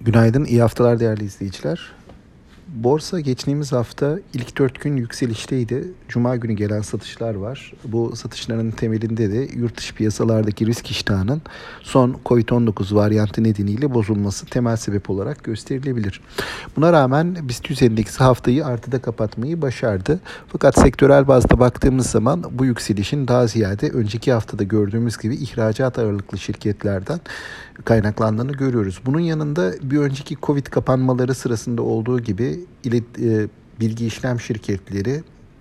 Günaydın, iyi haftalar değerli izleyiciler. Borsa geçtiğimiz hafta ilk 4 gün yükselişteydi. Cuma günü gelen satışlar var. Bu satışların temelinde de yurt dışı piyasalardaki risk iştahının son Covid-19 varyantı nedeniyle bozulması temel sebep olarak gösterilebilir. Buna rağmen BIST endeksi haftayı artıda kapatmayı başardı. Fakat sektörel bazda baktığımız zaman bu yükselişin daha ziyade önceki haftada gördüğümüz gibi ihracat ağırlıklı şirketlerden kaynaklandığını görüyoruz. Bunun yanında bir önceki Covid kapanmaları sırasında olduğu gibi bilgi işlem şirketleri,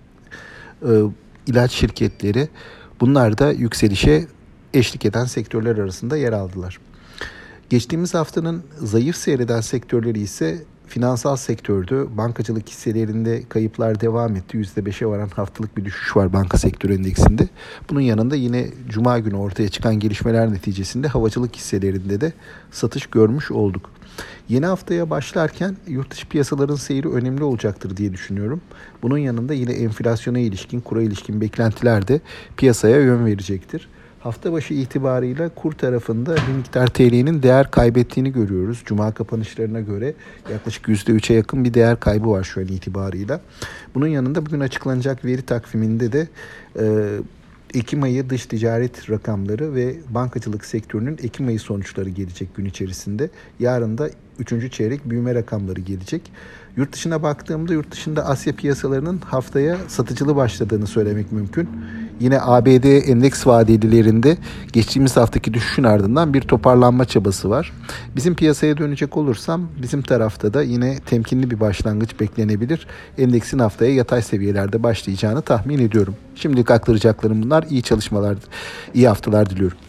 ilaç şirketleri bunlar da yükselişe eşlik eden sektörler arasında yer aldılar. Geçtiğimiz haftanın zayıf seyreden sektörleri ise finansal sektördü. Bankacılık hisselerinde kayıplar devam etti. %5'e varan haftalık bir düşüş var banka sektörü endeksinde. Bunun yanında yine Cuma günü ortaya çıkan gelişmeler neticesinde havacılık hisselerinde de satış görmüş olduk. Yeni haftaya başlarken yurt dışı piyasaların seyri önemli olacaktır diye düşünüyorum. Bunun yanında yine enflasyona ilişkin, kura ilişkin beklentiler de piyasaya yön verecektir. Hafta başı itibarıyla kur tarafında bir miktar TL'nin değer kaybettiğini görüyoruz. Cuma kapanışlarına göre yaklaşık %3'e yakın bir değer kaybı var şu an itibarıyla. Bunun yanında bugün açıklanacak veri takviminde de Ekim ayı dış ticaret rakamları ve bankacılık sektörünün Ekim ayı sonuçları gelecek gün içerisinde. Yarın da 3. çeyrek büyüme rakamları gelecek. Yurt dışına baktığımda yurt dışında Asya piyasalarının haftaya satıcılı başladığını söylemek mümkün. Yine ABD endeks vadelilerinde geçtiğimiz haftaki düşüşün ardından bir toparlanma çabası var. Bizim piyasaya dönecek olursam bizim tarafta da yine temkinli bir başlangıç beklenebilir. Endeksin haftaya yatay seviyelerde başlayacağını tahmin ediyorum. Şimdilik aktaracaklarım bunlar. İyi çalışmalar, iyi haftalar diliyorum.